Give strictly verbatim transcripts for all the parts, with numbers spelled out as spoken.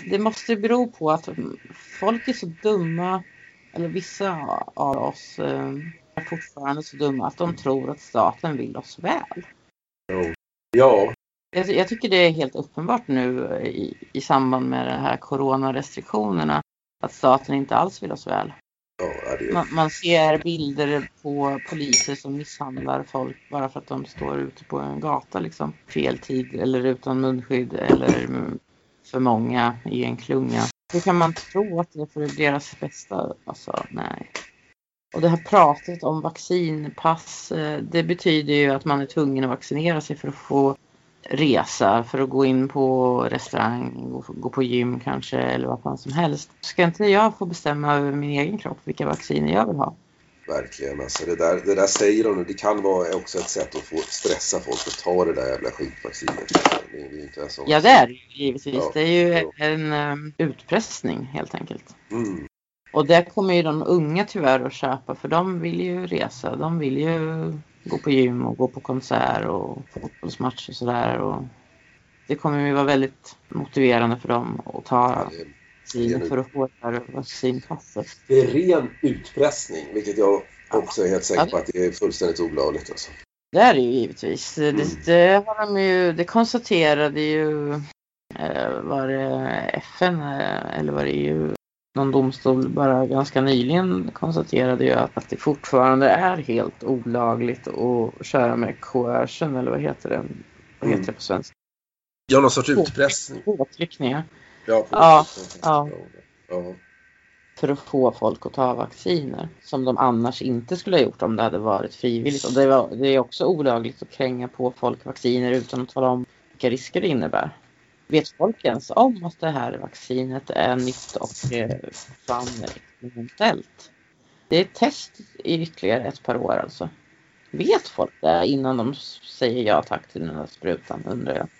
det måste bero på att folk är så dumma, eller vissa av oss är fortfarande så dumma att de tror att staten vill oss väl. Ja. Jag, jag tycker det är helt uppenbart nu i, i samband med de här coronarestriktionerna att staten inte alls vill oss väl. Ja, det... man, man ser bilder på poliser som misshandlar folk bara för att de står ute på en gata liksom. Fel tid eller utan munskydd eller för många i en klunga. Hur kan man tro att det är för deras bästa? Alltså, nej. Och det här pratet om vaccinpass, det betyder ju att man är tvungen att vaccinera sig för att få resa, för att gå in på restaurang, gå, gå på gym kanske eller vad fan som helst. Ska inte jag få bestämma över min egen kropp vilka vacciner jag vill ha? Verkligen, alltså det där, det där säger de nu, det kan vara också ett sätt att få stressa folk att ta det där jävla skitvaccinet. Det är inte en sån... Ja, det är det givetvis. Ja, det är ju ja. en um, utpressning helt enkelt. Mm. Och det kommer ju de unga tyvärr att köpa, för de vill ju resa, de vill ju gå på gym och gå på konsert och fotbollsmatch och sådär. Och det kommer ju vara väldigt motiverande för dem att ta Ja, det är, vaccin för att få det här vaccinpasset. Det är ren utpressning, vilket jag också är helt säker på att det är fullständigt olagligt. Alltså. Det är det ju givetvis. Mm. Det, det, har de ju, det konstaterade ju eh, var det F N eller var det ju någon domstol bara ganska nyligen konstaterade ju att, att det fortfarande är helt olagligt att köra med coercion, eller vad heter det? Vad heter det på svenska? Ja, någon sorts utpressning. Påtryckningar. Ja, ja, ja. ja. För att få folk att ta vacciner som de annars inte skulle ha gjort om det hade varit frivilligt. Och det, var, det är också olagligt att kränga på folk vacciner utan att tala om vilka risker det innebär. Vet folk ens om att det här vaccinet är nytt och eh, fan experimentellt? Det är ett test i ytterligare ett par år alltså. Vet folk det innan de säger ja tack till den här sprutan, undrar jag.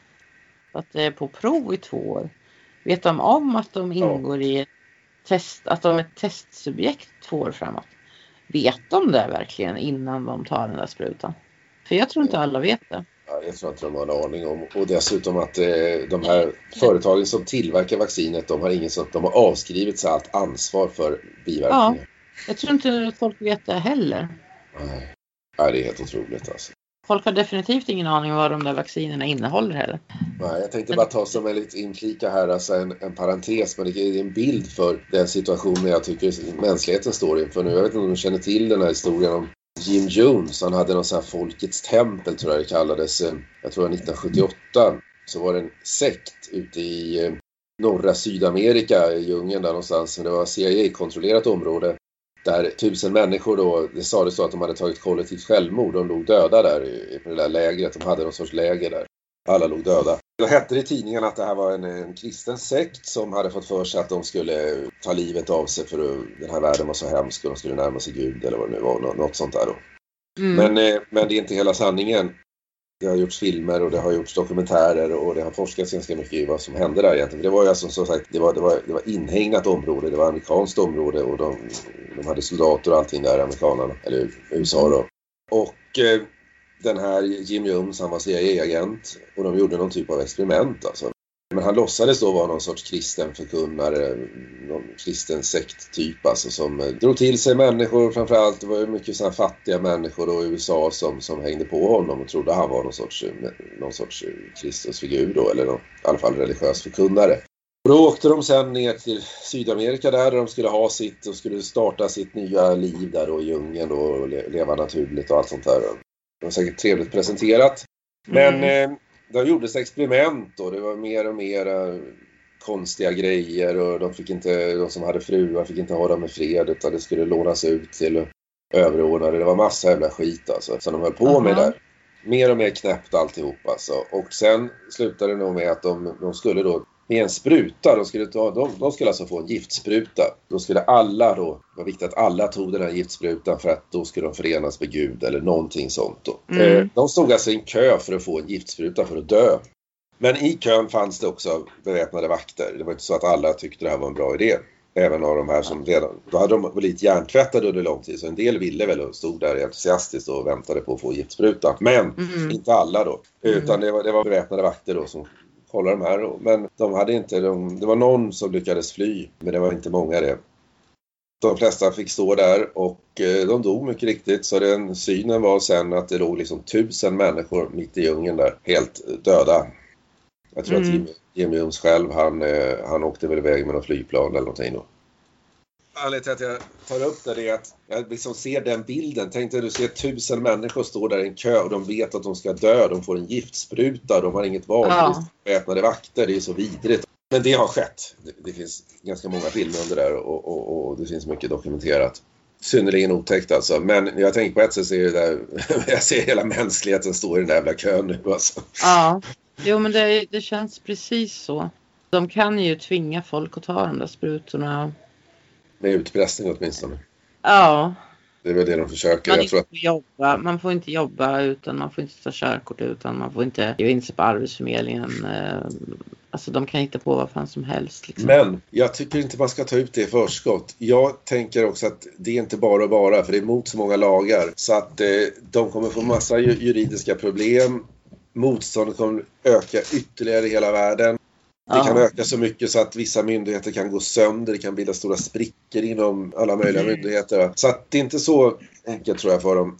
Att det är på prov i två år. Vet de om att de ingår i ett test, att de är ett testsubjekt två år framåt? Vet de det verkligen innan de tar den där sprutan? För jag tror inte alla vet det. Ja, jag tror inte de har en aning om. Och dessutom att eh, de här företagen som tillverkar vaccinet, de har ingen sånt, de har avskrivit sig allt ansvar för biverkningar. Ja, jag tror inte att folk vet det heller. Nej, ja, det är helt otroligt alltså. Folk har definitivt ingen aning om vad de där vaccinerna innehåller heller. Nej, jag tänkte bara ta som en liten inflika här, alltså en, en parentes, men det är en bild för den situationen jag tycker mänskligheten står inför nu. Jag vet inte om du känner till den här historien om Jim Jones. Han hade någon sån här folkets tempel, tror jag det kallades. Jag tror nittonhundrasjuttioåtta så var det en sekt ute i norra Sydamerika, i djungeln där någonstans. Det var C I A-kontrollerat område. Där tusen människor då, det sades så att de hade tagit kollektivt självmord. De låg döda där i, i det där lägret. De hade någon sorts läger där. Alla låg döda. Då hette det i tidningen att det här var en, en kristen sekt som hade fått för sig att de skulle ta livet av sig för att den här världen var så hemsk och de skulle närma sig Gud eller vad det nu var. Något sånt där då. Mm. Men, eh, men det är inte hela sanningen. Det har gjorts filmer och det har gjorts dokumentärer och det har forskats ganska mycket i vad som hände där egentligen. Det var ju alltså, som sagt, det var, det var, det var inhägnat område, det var amerikanskt område och de, de hade soldater och allting där, amerikanerna, eller U S A då. Och eh, den här Jim Jones, han var C I A-agent och de gjorde någon typ av experiment alltså. Men han låtsades då vara någon sorts kristen förkunnare, någon kristen sekttyp alltså, som drog till sig människor, framförallt det var ju mycket sådana fattiga människor då i U S A som, som hängde på honom och trodde han var någon sorts, någon sorts Kristusfigur då, eller någon, i alla fall religiös förkunnare. Och då åkte de sen ner till Sydamerika där, där de skulle ha sitt och skulle starta sitt nya liv där då i djungeln då, och leva naturligt och allt sånt där. Det var säkert trevligt presenterat. Men mm. eh, det gjordes experiment och det var mer och mer uh, konstiga grejer och de fick inte, de som hade fruar fick inte ha dem med fred utan det skulle lånas ut till överordnade. Det var massa jävla skit alltså som de höll på uh-huh. med där. Mer och mer knäppt alltihop alltså. Och sen slutade det nog med att de, de skulle då med en spruta, de skulle, ta, de, de skulle alltså få en giftspruta. Då skulle alla då, det var viktigt att alla tog den här giftsprutan för att då skulle de förenas med Gud eller någonting sånt då. Mm. De stod alltså i en kö för att få en giftspruta för att dö. Men i kön fanns det också beväpnade vakter. Det var inte så att alla tyckte det här var en bra idé. Även av de här som redan, då hade de blivit hjärntvättade under lång tid. Så en del ville väl och stod där entusiastiskt och väntade på att få giftsprutan. Men mm. inte alla då. Utan det var, det var beväpnade vakter då som kolla de här. Men de hade inte, de, det var någon som lyckades fly, men det var inte många det. De flesta fick stå där och de dog mycket riktigt. Så den synen var sen att det låg liksom tusen människor mitt i djungeln där, helt döda. Jag tror mm. att Jim, Jim Jones själv, han, han åkte väl iväg med någon flygplan eller någonting då. Anledningen till att jag tar upp det är att jag liksom ser den bilden. Tänk dig att du ser tusen människor stå där i en kö och de vet att de ska dö. De får en giftspruta, de har inget val. Ja. Det är väpnade vakter, det är så vidrigt. Men det har skett. Det, det finns ganska många filmer under där och, och, och det finns mycket dokumenterat. Synnerligen otäckt alltså. Men jag tänker på ett sätt så är det där, jag ser hela mänskligheten stå i den där jävla kön nu alltså. Ja, jo men det, det känns precis så. De kan ju tvinga folk att ta de där sprutorna. Med utpressning åtminstone. Ja. Det är väl det de försöker. Man, jag tror att... jobba, man får inte jobba utan man får inte ta körkort utan man får inte ge in sig på Arbetsförmedlingen. Alltså de kan inte på vad fan som helst. Liksom. Men jag tycker inte man ska ta ut det i förskott. Jag tänker också att det är inte bara och bara, för det är emot så många lagar. Så att eh, de kommer få massa juridiska problem. Motståndet kommer öka ytterligare i hela världen. Det kan Aha. öka så mycket så att vissa myndigheter kan gå sönder. Det kan bilda stora sprickor inom alla möjliga mm. myndigheter. Så att det är inte så enkelt tror jag för dem.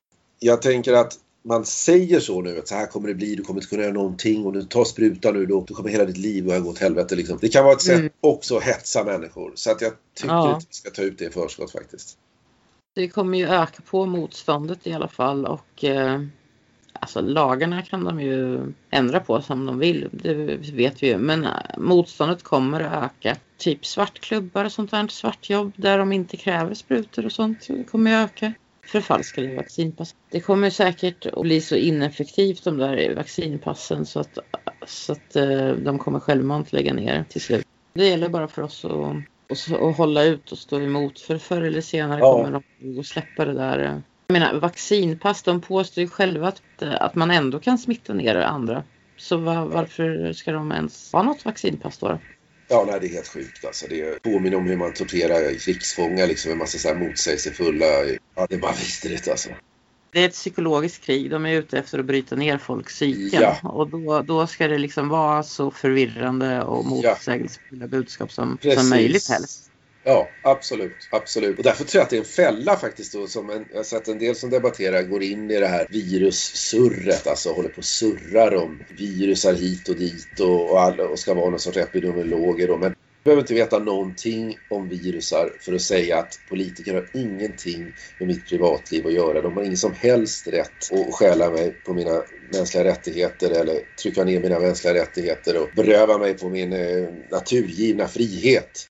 Jag tänker att man säger så nu att så här kommer det bli. Du kommer inte kunna göra någonting. Om du tar sprutan nu då, då kommer hela ditt liv att gå åt helvete. Liksom. Det kan vara ett sätt mm. också att hetsa människor. Så att jag tycker ja. att vi ska ta ut det i förskott faktiskt. Det kommer ju öka på motståndet i alla fall. Och... Eh... Alltså lagarna kan de ju ändra på som de vill, det vet vi ju. Men motståndet kommer att öka. Typ svartklubbar och sånt där, svartjobb där de inte kräver sprutor och sånt. Det kommer att öka. Förfalskade vaccinpass. Det kommer säkert att bli så ineffektivt de där vaccinpassen så att, så att de kommer självmant lägga ner till slut. Det gäller bara för oss att, att hålla ut och stå emot. För förr eller senare ja. kommer de att släppa det där. Jag menar, vaccinpass, de påstår ju själva att, att man ändå kan smitta ner andra. Så var, varför ska de ens ha något vaccinpass då? Ja, nej, det är helt sjukt. Alltså. Det påminner om hur man torterar krigsfångar, liksom en massa så här motsägelsefulla. Ja, det är bara vidrigt alltså. Det är ett psykologiskt krig. De är ute efter att bryta ner folks psyken. Ja. Och då, då ska det liksom vara så förvirrande och motsägelsefulla budskap som, som möjligt helst. Ja, absolut, absolut. Och därför tror jag att det är en fälla faktiskt då, som en, jag har sett en del som debatterar går in i det här virussurret, alltså håller på och surrar om virusar hit och dit och, och, alla, och ska vara någon sorts epidemiologer då. Men jag behöver inte veta någonting om virusar för att säga att politiker har ingenting med mitt privatliv att göra. De har ingen som helst rätt att stjäla mig på mina mänskliga rättigheter eller trycka ner mina mänskliga rättigheter och beröva mig på min eh, naturgivna frihet.